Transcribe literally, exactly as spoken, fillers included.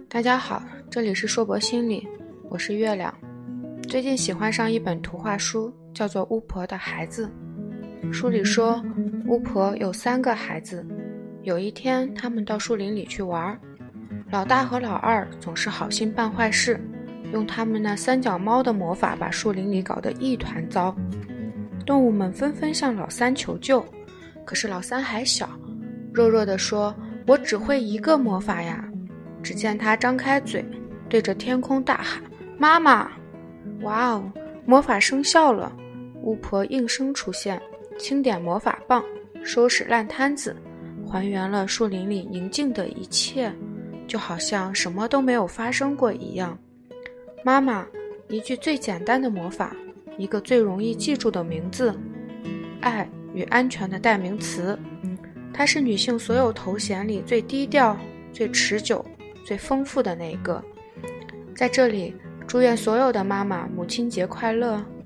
大家好，这里是硕博心理，我是月亮。最近喜欢上一本图画书，叫做《巫婆的孩子》。书里说，巫婆有三个孩子，有一天他们到树林里去玩，老大和老二总是好心办坏事，用他们那三脚猫的魔法把树林里搞得一团糟。动物们纷纷向老三求救，可是老三还小，弱弱地说，我只会一个魔法呀。只见他张开嘴，对着天空大喊，妈妈！哇哦，魔法生效了，巫婆应声出现，轻点魔法棒，收拾烂摊子，还原了树林里宁静的一切，就好像什么都没有发生过一样。妈妈，一句最简单的魔法，一个最容易记住的名字，爱与安全的代名词。它是女性所有头衔里最低调、最持久、最丰富的那一个。在这里，祝愿所有的妈妈母亲节快乐。